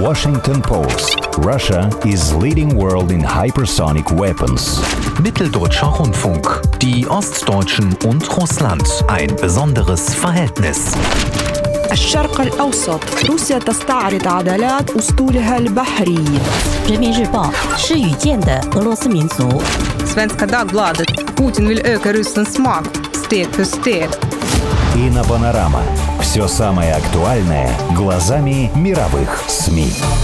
Washington Post. Russia is leading world in hypersonic weapons. Mitteldeutscher Rundfunk. Die Ostdeutschen und Russland. Ein besonderes Verhältnis. الشرق الأوسط. روسيا تستعرض عضلات أسطولها البحري. 人民日报是语见的俄罗斯民族。 Svenska Dagbladet. Putin vill öka Rysslands makt steg för steg. Инопанорама. Все самое актуальное глазами мировых СМИ.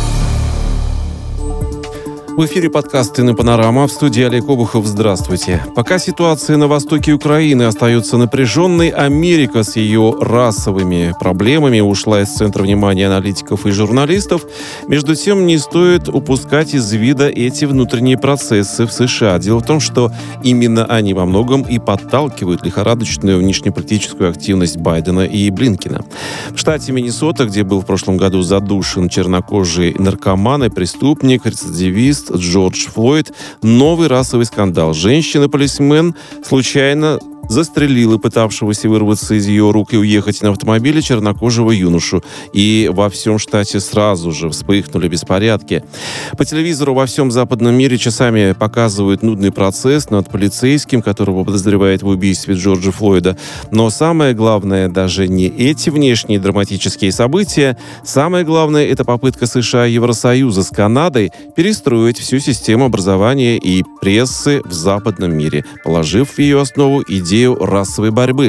В эфире подкаст «Инопанорама», в студии Олег Обухов. Здравствуйте. Пока ситуация на востоке Украины остается напряженной, Америка с ее расовыми проблемами ушла из центра внимания аналитиков и журналистов. Между тем, не стоит упускать из вида эти внутренние процессы в США. Дело в том, что именно они во многом и подталкивают лихорадочную внешнеполитическую активность Байдена и Блинкена. В штате Миннесота, где был в прошлом году задушен чернокожий наркоман и преступник, рецидивист Джордж Флойд, новый расовый скандал. Женщина-полисмен случайно застрелила пытавшегося вырваться из ее рук и уехать на автомобиле чернокожего юношу. И во всем штате сразу же вспыхнули беспорядки. По телевизору во всем западном мире часами показывают нудный процесс над полицейским, которого подозревают в убийстве Джорджа Флойда. Но самое главное даже не эти внешние драматические события. Самое главное — это попытка США и Евросоюза с Канадой перестроить всю систему образования и прессы в западном мире, положив в ее основу идею расовой борьбы.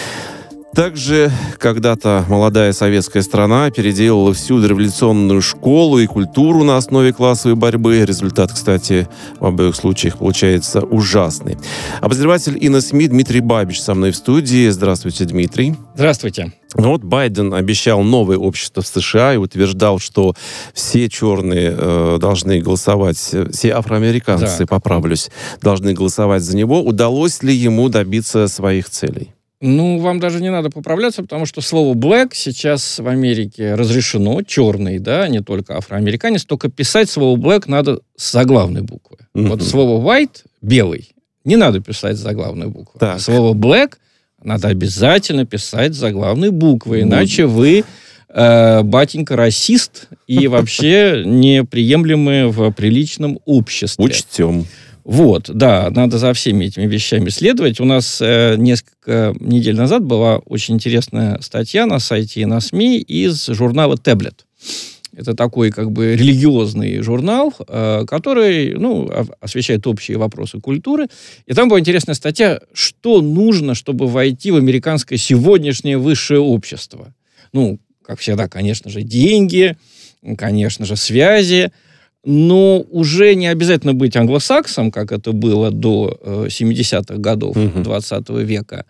Также когда-то молодая советская страна переделала всю дореволюционную школу и культуру на основе классовой борьбы. Результат, кстати, в обоих случаях получается ужасный. Обозреватель ИНА-СМИ Дмитрий Бабич со мной в студии. Здравствуйте, Дмитрий. Здравствуйте. Вот Байден обещал новое общество в США и утверждал, что все черные должны голосовать, все афроамериканцы, да, поправлюсь, должны голосовать за него. Удалось ли ему добиться своих целей? Ну, вам даже не надо поправляться, потому что слово black сейчас в Америке разрешено, черный, да, не только афроамериканец, только писать слово black надо с заглавной буквы. Вот слово white, белый, не надо писать с заглавной буквы. Так. Слово black надо обязательно писать с заглавной буквы, иначе вы, батенька, расист и вообще неприемлемы в приличном обществе. Учтем. Вот, да, надо за всеми этими вещами следовать. У нас несколько недель назад была очень интересная статья на сайте и на СМИ из журнала «Таблет». Это такой как бы религиозный журнал, который освещает общие вопросы культуры. И там была интересная статья, что нужно, чтобы войти в американское сегодняшнее высшее общество. Ну, как всегда, конечно же, деньги, конечно же, связи. Но уже не обязательно быть англосаксом, как это было до 70-х годов 20 века.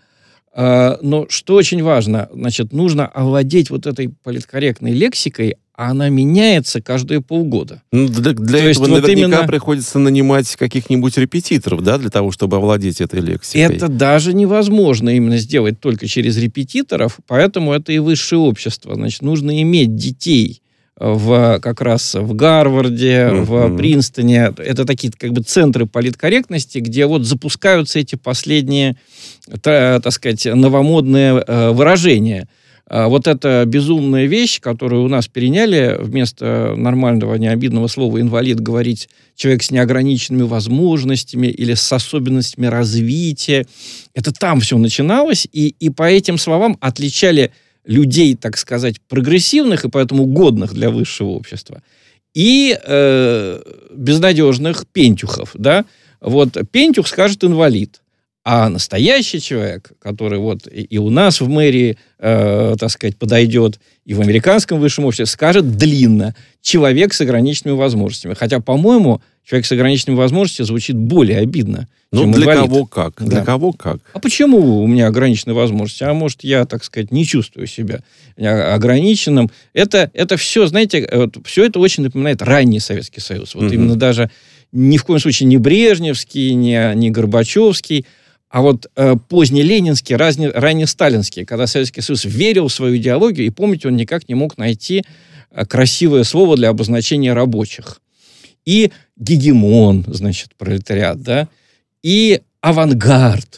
Но что очень важно, значит, нужно овладеть вот этой политкорректной лексикой, а она меняется каждые полгода. Ну, для этого наверняка приходится нанимать каких-нибудь репетиторов, да, для того, чтобы овладеть этой лексикой. Это даже невозможно именно сделать только через репетиторов, поэтому это и высшее общество. Значит, нужно иметь детей как раз в Гарварде, в Принстоне. Это такие как бы центры политкорректности, где вот запускаются эти последние, так сказать, новомодные выражения. Вот эта безумная вещь, которую у нас переняли, вместо нормального необидного слова «инвалид» говорить «человек с неограниченными возможностями» или «с особенностями развития». Это там все начиналось, и по этим словам отличали людей, так сказать, прогрессивных и поэтому годных для высшего общества, и безнадежных пентюхов, да. Вот пентюх скажет инвалид, а настоящий человек, который вот и у нас в мэрии, так сказать, подойдет, и в американском высшем обществе, скажет длинно человек с ограниченными возможностями. Хотя, по-моему, человек с ограниченными возможностями звучит более обидно, чем для инвалид. Кого как? Да. Для кого как? А почему у меня ограниченные возможности? А может, я, так сказать, не чувствую себя ограниченным? Это все, знаете, все это очень напоминает ранний Советский Союз. Вот именно даже ни в коем случае не Брежневский, не Горбачевский, а вот поздний ленинский, ранний сталинский, когда Советский Союз верил в свою идеологию, и, помните, он никак не мог найти красивое слово для обозначения рабочих. И гегемон, значит, пролетариат, да, и авангард,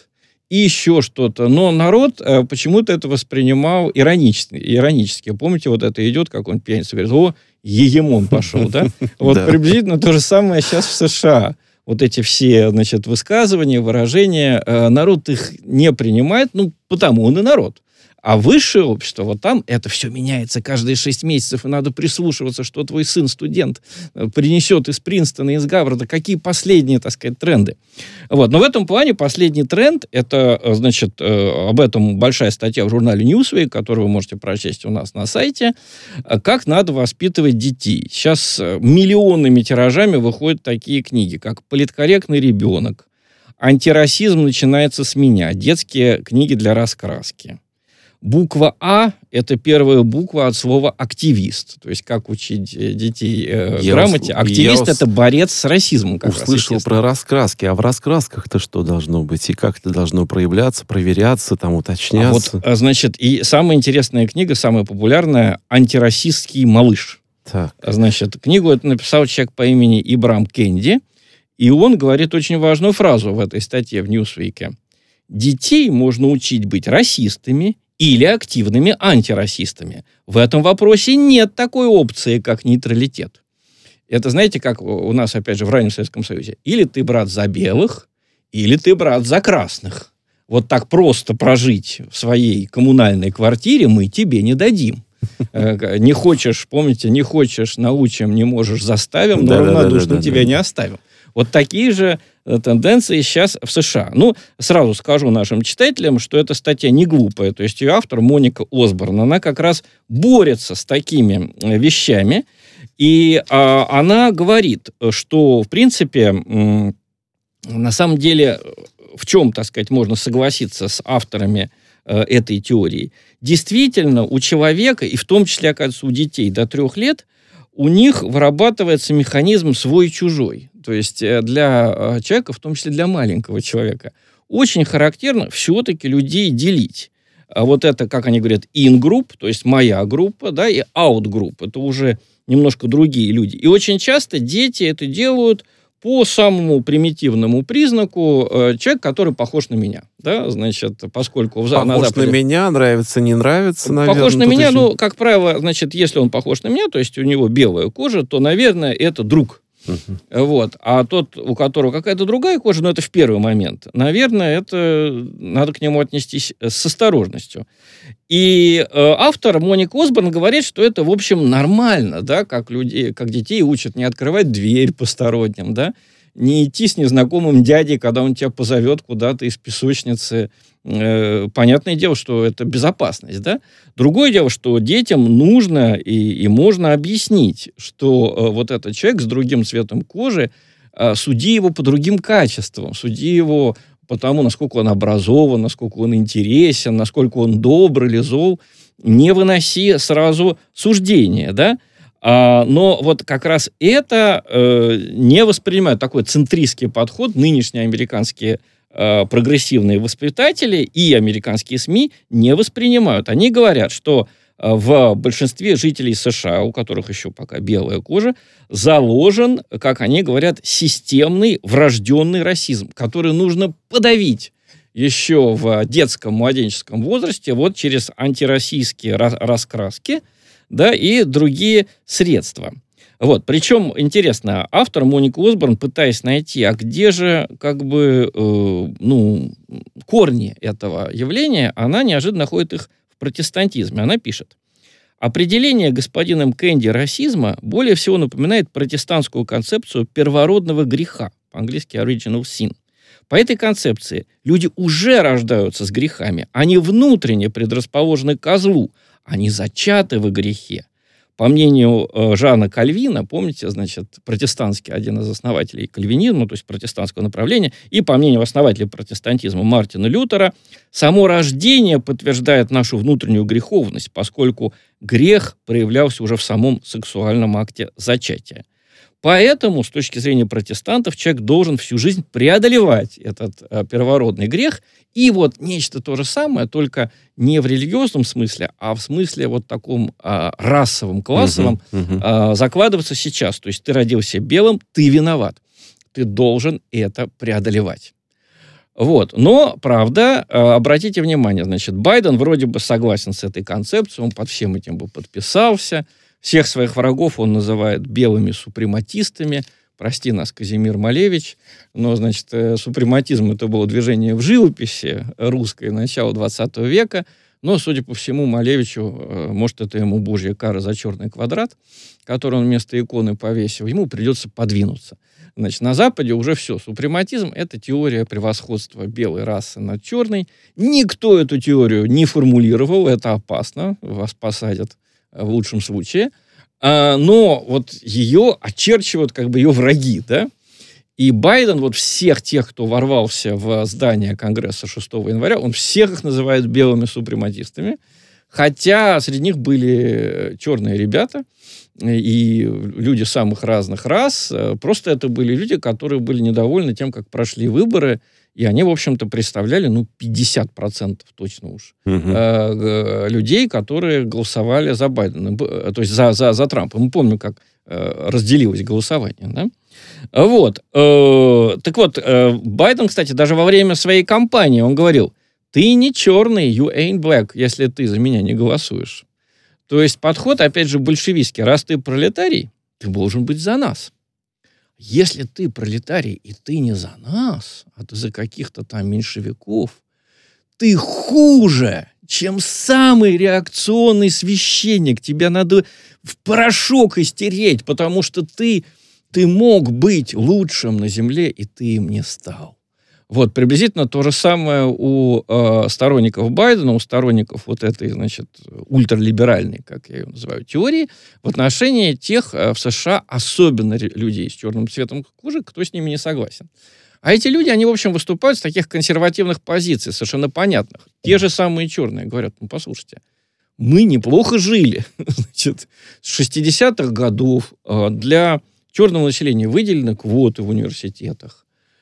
и еще что-то. Но народ почему-то это воспринимал иронически. Помните, вот это идет, как он пьяница, говорит, о, гегемон пошел, да? Вот приблизительно то же самое сейчас в США. Вот эти все, значит, высказывания, выражения, народ их не принимает, потому он и народ. А высшее общество, вот там это все меняется каждые 6 месяцев, и надо прислушиваться, что твой сын, студент, принесет из Принстона, из Гарварда, какие последние, так сказать, тренды. Вот. Но в этом плане последний тренд, это, значит, об этом большая статья в журнале Newsweek, которую вы можете прочесть у нас на сайте, как надо воспитывать детей. Сейчас миллионными тиражами выходят такие книги, как «Политкорректный ребенок», «Антирасизм начинается с меня», детские книги для раскраски. Буква «А» — это первая буква от слова «активист». То есть, как учить детей грамоте. Активист — это борец с расизмом. Услышал про раскраски. А в раскрасках-то что должно быть? И как это должно проявляться, проверяться, там, уточняться? Значит, и самая интересная книга, самая популярная — «Антирасистский малыш». Так. Значит, книгу эту написал человек по имени Ибрам Кенди. И он говорит очень важную фразу в этой статье в Newsweek. Детей можно учить быть расистами или активными антирасистами. В этом вопросе нет такой опции, как нейтралитет. Это, знаете, как у нас, опять же, в раннем Советском Союзе. Или ты, брат, за белых, или ты, брат, за красных. Вот так просто прожить в своей коммунальной квартире мы тебе не дадим. Не хочешь, помните, не хочешь, научим, не можешь, заставим, но равнодушно тебя не оставим. Вот такие же тенденции сейчас в США. Сразу скажу нашим читателям, что эта статья не глупая. То есть ее автор Моника Осборн, она как раз борется с такими вещами. И она говорит, что, в принципе, на самом деле, в чем, так сказать, можно согласиться с авторами этой теории. Действительно, у человека, и в том числе, оказывается, у детей до 3 лет, у них вырабатывается механизм свой-чужой. То есть для человека, в том числе для маленького человека, очень характерно все-таки людей делить. Вот это, как они говорят, in-group, то есть моя группа, да, и out-group. Это уже немножко другие люди. И очень часто дети это делают по самому примитивному признаку человек, который похож на меня. Да? Значит, поскольку похож на меня, нравится, не нравится, наверное. Похож на меня, как правило, значит, если он похож на меня, то есть у него белая кожа, то, наверное, это друг. Вот. А тот, у которого какая-то другая кожа, это в первый момент, наверное, это надо к нему отнестись с осторожностью. И автор Моника Осборн говорит, что это, в общем, нормально, да, как детей учат не открывать дверь посторонним, да, не идти с незнакомым дядей, когда он тебя позовет куда-то из песочницы. Понятное дело, что это безопасность, да? Другое дело, что детям нужно и можно объяснить, что вот этот человек с другим цветом кожи, суди его по другим качествам, суди его по тому, насколько он образован, насколько он интересен, насколько он добр или зол, не выноси сразу суждения, да? Но вот как раз это не воспринимают, такой центристский подход нынешние американские прогрессивные воспитатели и американские СМИ не воспринимают. Они говорят, что в большинстве жителей США, у которых еще пока белая кожа, заложен, как они говорят, системный врожденный расизм, который нужно подавить еще в детском, младенческом возрасте вот через антироссийские раскраски, да, и другие средства. Вот. Причем, интересно, автор Моника Осборн, пытаясь найти, а где же корни этого явления, она неожиданно находит их в протестантизме. Она пишет: определение господином Кенди расизма более всего напоминает протестантскую концепцию первородного греха, по-английски original sin. По этой концепции люди уже рождаются с грехами, они внутренне предрасположены ко злу, они зачаты во грехе. По мнению Жана Кальвина, помните, значит, протестантский, один из основателей кальвинизма, то есть протестантского направления, и по мнению основателя протестантизма Мартина Лютера, само рождение подтверждает нашу внутреннюю греховность, поскольку грех проявлялся уже в самом сексуальном акте зачатия. Поэтому, с точки зрения протестантов, человек должен всю жизнь преодолевать этот первородный грех. И вот нечто то же самое, только не в религиозном смысле, а в смысле вот таком расовом, классовом, закладываться сейчас. То есть ты родился белым, ты виноват. Ты должен это преодолевать. Вот. Но, правда, обратите внимание, значит, Байден вроде бы согласен с этой концепцией, он под всем этим бы подписался. Всех своих врагов он называет белыми супрематистами. Прости нас, Казимир Малевич, но, значит, супрематизм это было движение в живописи русской начала 20 века, но, судя по всему, Малевичу, может, это ему божья кара за черный квадрат, который он вместо иконы повесил, ему придется подвинуться. Значит, на Западе уже все. Супрематизм – это теория превосходства белой расы над черной. Никто эту теорию не формулировал, это опасно, вас посадят в лучшем случае. Но вот ее очерчивают как бы ее враги, да? И Байден вот всех тех, кто ворвался в здание Конгресса 6 января, он всех их называет белыми супрематистами, хотя среди них были черные ребята и люди самых разных рас. Просто это были люди, которые были недовольны тем, как прошли выборы, и они, в общем-то, представляли, 50% точно уж, людей, которые голосовали за Байдена, то есть за Трампа. Мы помним, как разделилось голосование, да? Вот. Так вот, Байден, кстати, даже во время своей кампании, он говорил, ты не черный, you ain't black, если ты за меня не голосуешь. То есть подход, опять же, большевистский. Раз ты пролетарий, ты должен быть за нас. Если ты пролетарий, и ты не за нас, а ты за каких-то там меньшевиков, ты хуже, чем самый реакционный священник. Тебя надо в порошок истереть, потому что ты мог быть лучшим на земле, и ты им не стал. Вот, приблизительно то же самое у сторонников Байдена, у сторонников вот этой, значит, ультралиберальной, как я ее называю, теории, в отношении тех в США, особенно людей с черным цветом кожи, кто с ними не согласен. А эти люди, они, в общем, выступают с таких консервативных позиций, совершенно понятных. Те же самые черные говорят, послушайте, мы неплохо жили. Значит, с 60-х годов для черного населения выделены квоты в университетах.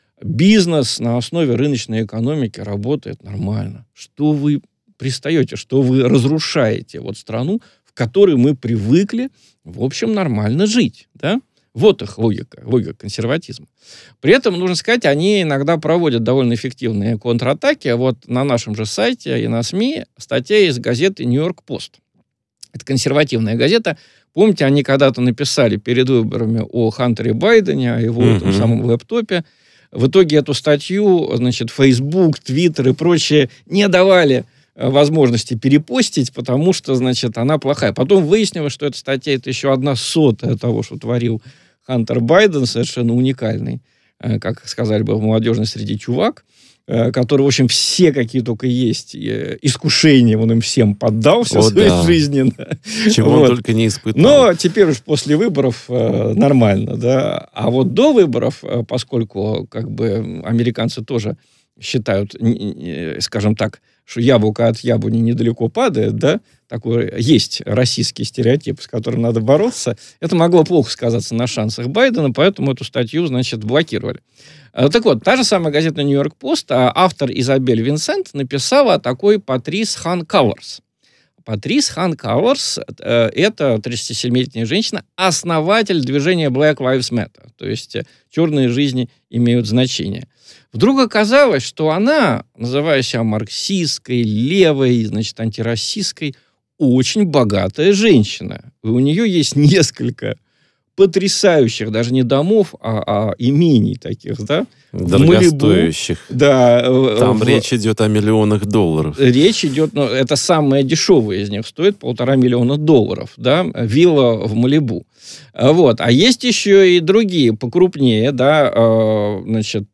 Бизнес на основе рыночной экономики работает нормально. Что вы пристаете, что вы разрушаете вот страну, в которой мы привыкли, в общем, нормально жить, да? Вот их логика консерватизма. При этом, нужно сказать, они иногда проводят довольно эффективные контратаки. Вот на нашем же сайте и на СМИ статья из газеты «Нью-Йорк Пост». Это консервативная газета. Помните, они когда-то написали перед выборами о Хантере Байдене, о его этом самом лэптопе. В итоге эту статью, значит, Facebook, Twitter и прочее не давали возможности перепостить, потому что, значит, она плохая. Потом выяснилось, что эта статья — это еще 1/100 того, что творил Хантер Байден, совершенно уникальный, как сказали бы в молодежной среде, чувак, который, в общем, все какие только есть искушения, он им всем поддался в своей жизни. Да. Чего он только не испытал. Но теперь уж после выборов нормально, да. А вот до выборов, поскольку как бы американцы тоже считают, скажем так, что яблоко от яблони недалеко падает, да, такой есть российский стереотип, с которым надо бороться, это могло плохо сказаться на шансах Байдена, поэтому эту статью, значит, блокировали. Так вот, та же самая газета «Нью-Йорк Пост», автор Изабель Винсент написала о такой Патрис Хан Кауэрс. Патрис Хан Кауэрс – это 37-летняя женщина, основатель движения Black Lives Matter, то есть черные жизни имеют значение. Вдруг оказалось, что она, называя себя марксистской, левой, значит, антироссийской, очень богатая женщина. И у нее есть несколько потрясающих, даже не домов, а имений таких, да? Дорогостоящих. Да. Там речь идет о миллионах долларов. Речь идет, это самое дешевое из них, стоит $1,5 миллиона, да? Вилла в Малибу. Вот. А есть еще и другие, покрупнее, да, значит,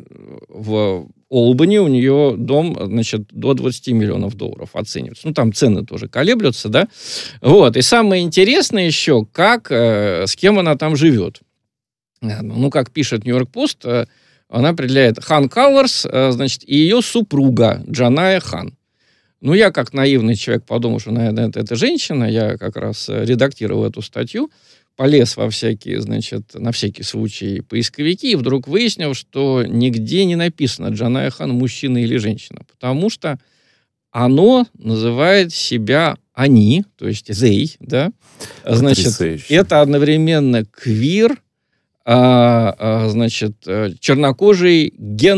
в Олбани у нее дом, значит, до $20 миллионов оценивается. Там цены тоже колеблются, да. Вот. И самое интересное еще, с кем она там живет. Как пишет Нью-Йорк Пост, она определяет Хан Кауэрс, значит, и ее супруга Джаная Хан. Я, как наивный человек, подумал, что, наверное, это женщина. Я как раз редактировал эту статью, полез во всякие, значит, на всякий случай поисковики, и вдруг выяснил, что нигде не написано, Джаная Хан мужчина или женщина, потому что оно называет себя они, то есть they, да, значит, это одновременно квир, значит, чернокожий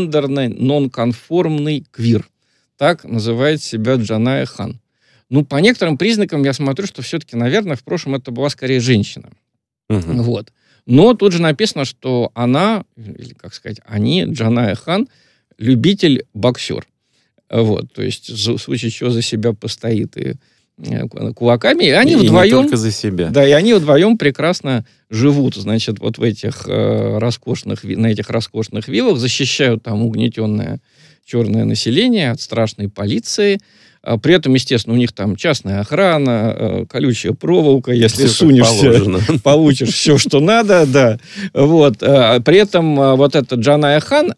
гендерно-нонконформный квир. Так называет себя Джаная Хан. Ну, по некоторым признакам я смотрю, что все-таки, наверное, в прошлом это была скорее женщина. Вот. Но тут же написано, что она, или, как сказать, они, Джаная Хан, любитель-боксер. Вот. То есть, в случае чего за себя постоит и кулаками. И они вдвоем... не только за себя. Да, и они вдвоем прекрасно живут, значит, вот в этих роскошных виллах, защищают там угнетенное черное население от страшной полиции. При этом, естественно, у них там частная охрана, колючая проволока, если все сунешься, получишь все, что надо, да. Вот. При этом вот эта Джаная Хан,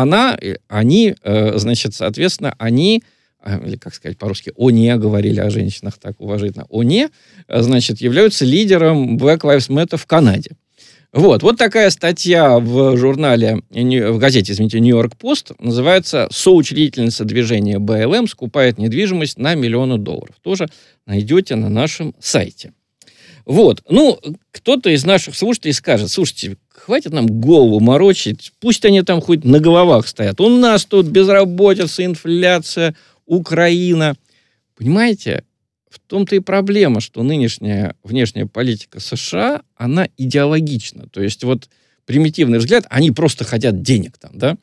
они, значит, соответственно, они, или, как сказать по-русски, ОНЕ, говорили о женщинах так уважительно, ОНЕ, значит, являются лидером Black Lives Matter в Канаде. Вот такая статья в газете, «Нью-Йорк Пост», называется «Соучредительница движения БЛМ скупает недвижимость на миллионы долларов». Тоже найдете на нашем сайте. Вот. Ну, кто-то из наших слушателей скажет: слушайте, хватит нам голову морочить, пусть они там хоть на головах стоят. У нас тут безработица, инфляция, Украина. Понимаете? В том-то и проблема, что нынешняя внешняя политика США, она идеологична. То есть вот примитивный взгляд, они просто хотят денег там, да,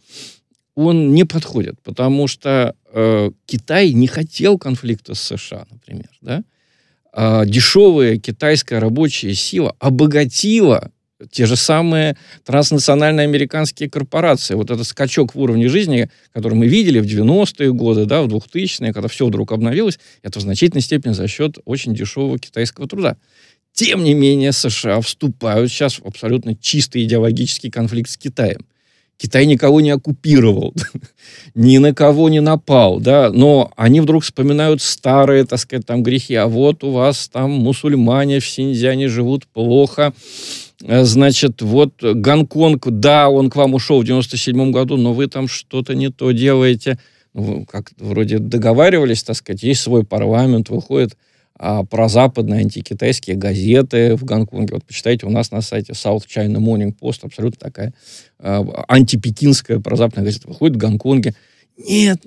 он не подходит, потому что Китай не хотел конфликта с США, например, да. Дешевая китайская рабочая сила обогатила те же самые транснациональные американские корпорации. Вот этот скачок в уровне жизни, который мы видели в 90-е годы, да, в 2000-е, когда все вдруг обновилось, это в значительной степени за счет очень дешевого китайского труда. Тем не менее, США вступают сейчас в абсолютно чистый идеологический конфликт с Китаем. Китай никого не оккупировал, ни на кого не напал, да, но они вдруг вспоминают старые, так сказать, там грехи. А вот у вас там мусульмане в Синьцзяне живут плохо. Значит, вот Гонконг, да, он к вам ушел в 97 году, но вы там что-то не то делаете. Вы как вроде договаривались, так сказать, есть свой парламент, выходят прозападные антикитайские газеты в Гонконге. Вот почитайте, у нас на сайте South China Morning Post абсолютно такая антипекинская прозападная газета. Выходит в Гонконге. Нет,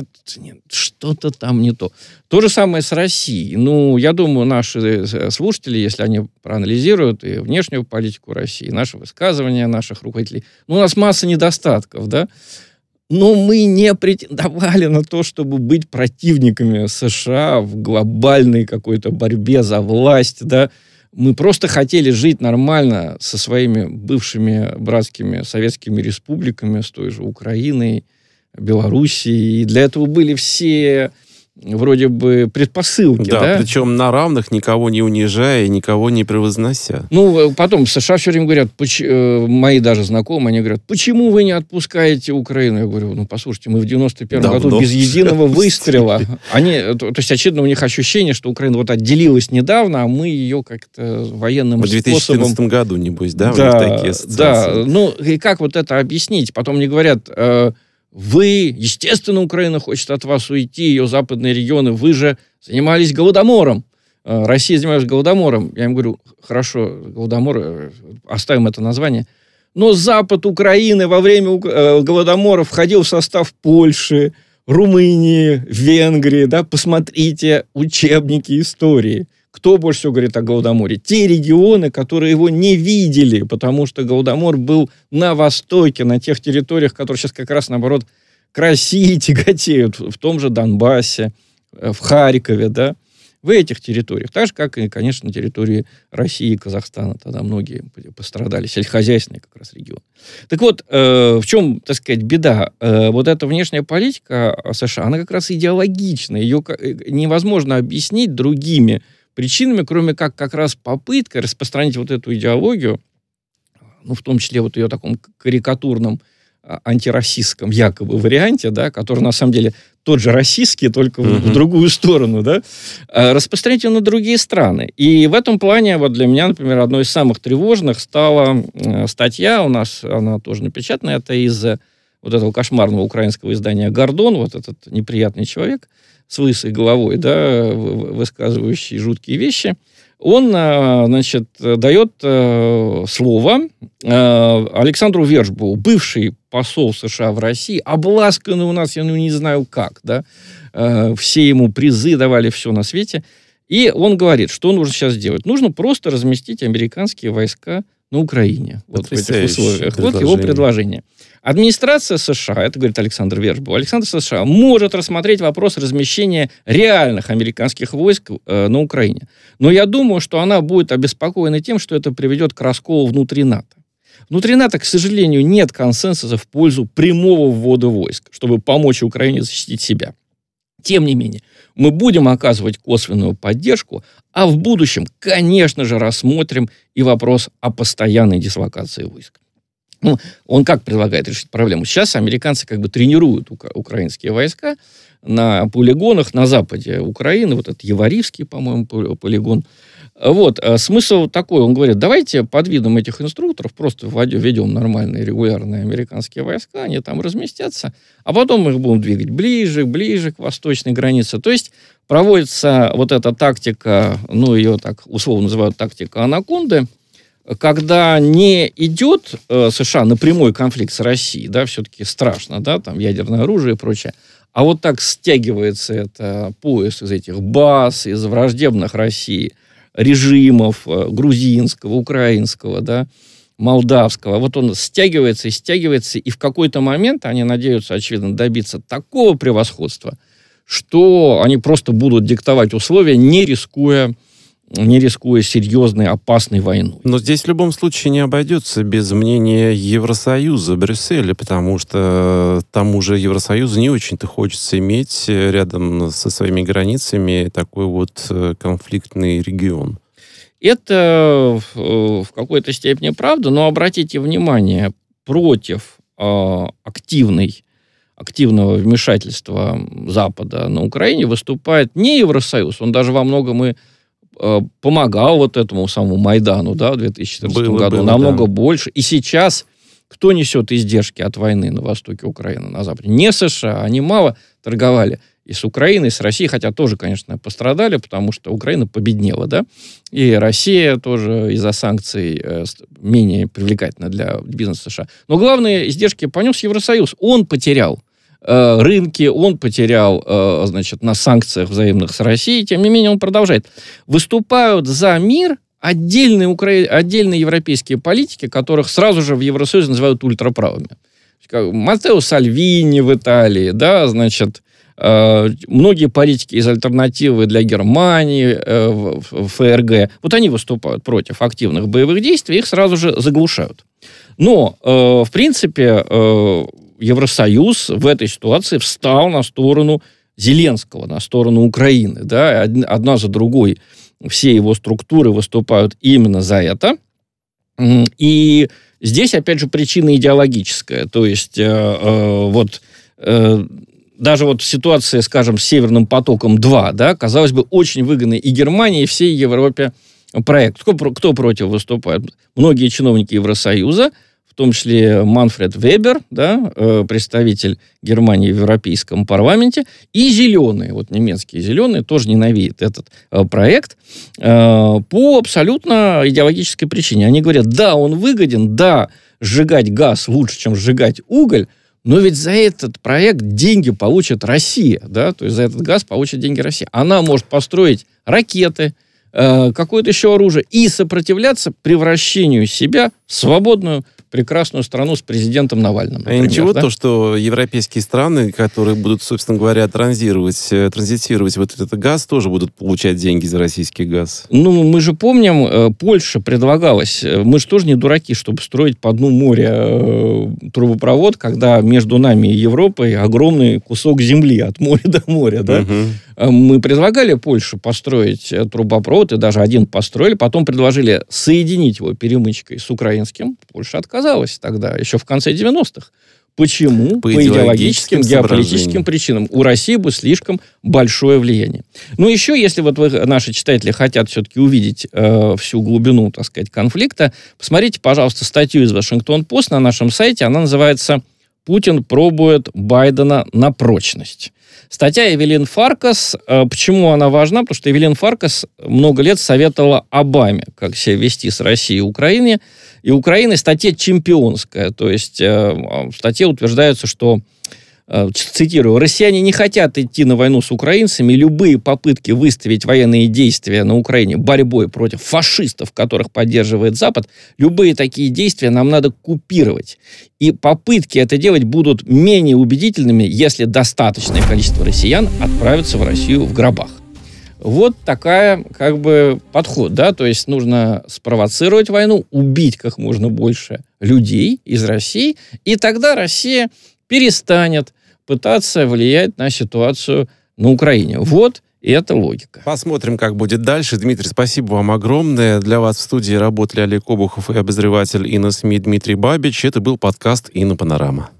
что-то там не то. То же самое с Россией. Ну, я думаю, наши слушатели, если они проанализируют и внешнюю политику России, и наши высказывания наших руководителей, у нас масса недостатков, да, но мы не претендовали на то, чтобы быть противниками США в глобальной какой-то борьбе за власть, да. Мы просто хотели жить нормально со своими бывшими братскими советскими республиками, с той же Украиной, Белоруссии, и для этого были все вроде бы предпосылки. Да, причем на равных, никого не унижая и никого не превознося. Ну, потом в США все время говорят, мои даже знакомые, они говорят, почему вы не отпускаете Украину? Я говорю, ну, послушайте, мы в 91-м году без единого выстрела. То есть, очевидно, у них ощущение, что Украина вот отделилась недавно, а мы ее как-то военным способом... В 2014 году, небось, да? Да, у них такие ассоциации. Да, ну, и как вот это объяснить? Потом мне говорят... Вы, естественно, Украина хочет от вас уйти, ее западные регионы, вы же занимались Голодомором. Россия занималась Голодомором. Я им говорю, хорошо, Голодомор, оставим это название. Но Запад Украины во время Голодомора входил в состав Польши, Румынии, Венгрии. Да? Посмотрите учебники истории. Кто больше всего говорит о Голодоморе? Те регионы, которые его не видели, потому что Голодомор был на Востоке, на тех территориях, которые сейчас как раз, наоборот, к России тяготеют, в том же Донбассе, в Харькове, да, в этих территориях. Так же, как и, конечно, на территории России и Казахстана. Тогда многие пострадали, сельскохозяйственные как раз регионы. Так вот, в чем, так сказать, беда? Вот эта внешняя политика США, она как раз идеологична. Ее невозможно объяснить другими причинами, кроме как раз попытка распространить вот эту идеологию, ну, в том числе вот ее таком карикатурном антироссийском якобы варианте, да, который на самом деле тот же российский, только в другую сторону, да, распространить ее на другие страны. И в этом плане вот для меня, например, одной из самых тревожных стала статья, у нас она тоже напечатана, это из вот этого кошмарного украинского издания «Гордон», вот этот неприятный человек с лысой головой, да, высказывающий жуткие вещи. он, значит, дает слово Александру Вершбоу, бывший посол США в России, обласканный у нас, я не знаю как, да, все ему призы давали, все на свете. И он говорит, что нужно сейчас сделать. Нужно просто разместить американские войска на Украине. Вот в этих условиях. Вот его предложение. Администрация США, это говорит Александр Вершбоу, Администрация США может рассмотреть вопрос размещения реальных американских войск на Украине. Но я думаю, что она будет обеспокоена тем, что это приведет к расколу внутри НАТО. Внутри НАТО, к сожалению, нет консенсуса в пользу прямого ввода войск, чтобы помочь Украине защитить себя. Тем не менее, мы будем оказывать косвенную поддержку, а в будущем, конечно же, рассмотрим и вопрос о постоянной дислокации войск. Ну, он как предлагает решить проблему? Сейчас американцы как бы тренируют украинские войска на полигонах на западе Украины. Вот это Яворивский, по-моему, полигон. Вот. Смысл такой. Он говорит, давайте под видом этих инструкторов просто введем нормальные регулярные американские войска, они там разместятся, а потом мы их будем двигать ближе к восточной границе. То есть проводится вот эта тактика, ну, ее так условно называют тактика анаконды, когда не идет США на прямой конфликт с Россией, да, все-таки страшно, да, там ядерное оружие и прочее, а вот так стягивается это пояс из этих баз, из враждебных России режимов грузинского, украинского, да, молдавского. Вот он стягивается, и в какой-то момент они надеются, очевидно, добиться такого превосходства, что они просто будут диктовать условия, не рискуя серьезной, опасной войной. Но здесь в любом случае не обойдется без мнения Евросоюза, Брюсселя, потому что тому же Евросоюзу не очень-то хочется иметь рядом со своими границами такой вот конфликтный регион. Это в какой-то степени правда, но обратите внимание, против активного вмешательства Запада на Украине выступает не Евросоюз, он даже во многом и помогал вот этому самому Майдану, да, в 2014 году, намного больше. И сейчас кто несет издержки от войны на востоке Украины, на западе? Не США, они мало торговали и с Украиной, и с Россией, хотя тоже, конечно, пострадали, потому что Украина победнела, да, и Россия тоже из-за санкций менее привлекательна для бизнеса США. Но главные издержки понес Евросоюз. Он потерял рынки, он потерял, значит, на санкциях взаимных с Россией, тем не менее он продолжает. Выступают за мир отдельные европейские политики, которых сразу же в Евросоюзе называют ультраправыми. Маттео Сальвини в Италии, да, значит, многие политики из альтернативы для Германии, ФРГ, вот они выступают против активных боевых действий, их сразу же заглушают. Но, в принципе, Евросоюз в этой ситуации встал на сторону Зеленского, на сторону Украины. Да? Одна за другой все его структуры выступают именно за это. И здесь, опять же, причина идеологическая. То есть, даже вот в ситуации, скажем, с Северным потоком-2, да, казалось бы, очень выгодный и Германии, и всей Европе проект. Кто против выступает? Многие чиновники Евросоюза, в том числе Манфред Вебер, да, представитель Германии в Европейском парламенте, и зеленые, вот немецкие зеленые, тоже ненавидят этот проект по абсолютно идеологической причине. Они говорят, да, он выгоден, да, сжигать газ лучше, чем сжигать уголь, но ведь за этот проект деньги получит Россия, да, то есть за этот газ получит деньги Россия. Она может построить ракеты, какое-то еще оружие и сопротивляться превращению себя в свободную, прекрасную страну с президентом Навальным. Например, ничего, да? То, что европейские страны, которые будут, собственно говоря, транзитировать вот этот газ, тоже будут получать деньги за российский газ. Ну, мы же помним, Польша предлагалась, мы же тоже не дураки, чтобы строить по дну моря трубопровод, когда между нами и Европой огромный кусок земли от моря до моря, да? Мы предлагали Польше построить трубопровод, и даже один построили, потом предложили соединить его перемычкой с украинским. Польша отказалась тогда, еще в конце 90-х. Почему? По идеологическим, геополитическим причинам. У России будет слишком большое влияние. Ну, еще, если вот вы, наши читатели, хотят все-таки увидеть всю глубину, так сказать, конфликта, посмотрите, пожалуйста, статью из Вашингтон-Пост на нашем сайте. Она называется Путин пробует Байдена на прочность. Статья Эвелин Фаркас. Почему она важна? Потому что Эвелин Фаркас много лет советовала Обаме, как себя вести с Россией и Украиной. И Украина статья чемпионская. То есть в статье утверждается, что, цитирую, «Россияне не хотят идти на войну с украинцами. Любые попытки выставить военные действия на Украине борьбой против фашистов, которых поддерживает Запад, любые такие действия нам надо купировать. И попытки это делать будут менее убедительными, если достаточное количество россиян отправятся в Россию в гробах». Вот такая, подход, да, то есть нужно спровоцировать войну, убить как можно больше людей из России, и тогда Россия перестанет пытаться влиять на ситуацию на Украине. Вот и это логика. Посмотрим, как будет дальше. Дмитрий, спасибо вам огромное. Для вас в студии работали Олег Обухов и обозреватель ИНА СМИ Дмитрий Бабич. Это был подкаст «Инна Панорама».